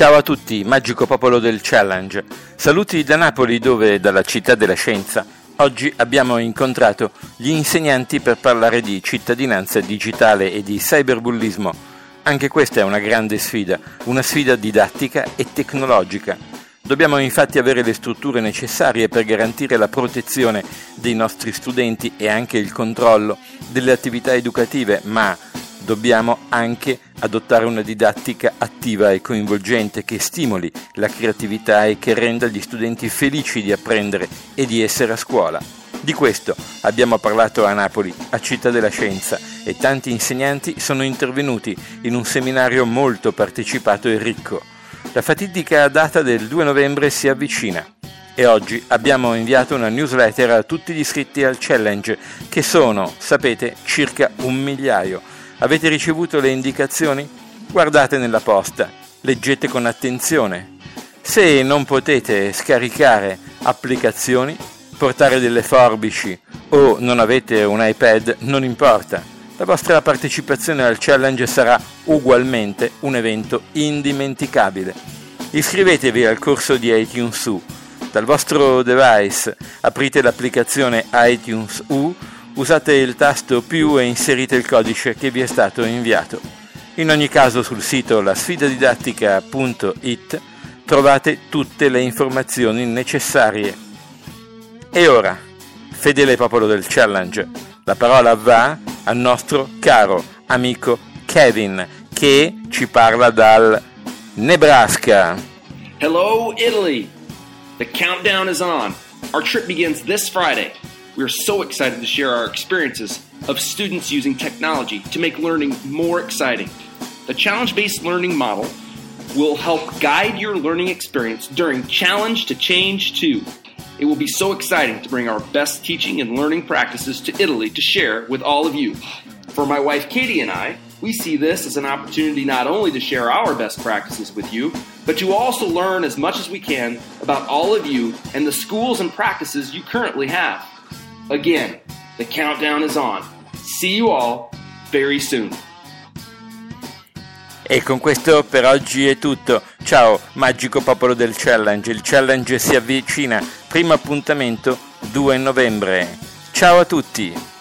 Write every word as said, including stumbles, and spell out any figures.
Ciao a tutti, magico popolo del Challenge. Saluti da Napoli dove, dalla città della scienza, oggi abbiamo incontrato gli insegnanti per parlare di cittadinanza digitale e di cyberbullismo. Anche questa è una grande sfida, una sfida didattica e tecnologica. Dobbiamo infatti avere le strutture necessarie per garantire la protezione dei nostri studenti e anche il controllo delle attività educative, ma dobbiamo anche adottare una didattica attiva e coinvolgente che stimoli la creatività e che renda gli studenti felici di apprendere e di essere a scuola. Di questo abbiamo parlato a Napoli, a Città della Scienza, e tanti insegnanti sono intervenuti in un seminario molto partecipato e ricco. La fatidica data del due novembre si avvicina e oggi abbiamo inviato una newsletter a tutti gli iscritti al challenge, che sono, sapete, circa un migliaio. Avete ricevuto le indicazioni? Guardate nella posta, leggete con attenzione. Se non potete scaricare applicazioni, portare delle forbici o non avete un iPad, non importa. La vostra partecipazione al challenge sarà ugualmente un evento indimenticabile. Iscrivetevi al corso di iTunes U. Dal vostro device aprite l'applicazione iTunes U, usate il tasto più e inserite il codice che vi è stato inviato. In ogni caso sul sito la sfida didattica punto it trovate tutte le informazioni necessarie. E ora, fedele popolo del Challenge, la parola va al nostro caro amico Kevin, che ci parla dal Nebraska. Hello Italy! The countdown is on. Our trip begins this Friday. We are so excited to share our experiences of students using technology to make learning more exciting. The challenge-based learning model will help guide your learning experience during Challenge to Change two. It will be so exciting to bring our best teaching and learning practices to Italy to share with all of you. For my wife Katie and I, we see this as an opportunity not only to share our best practices with you, but to also learn as much as we can about all of you and the schools and practices you currently have. Again, the countdown is on. See you all very soon. E con questo per oggi è tutto. Ciao, magico popolo del Challenge. Il Challenge si avvicina. Primo appuntamento due novembre. Ciao a tutti.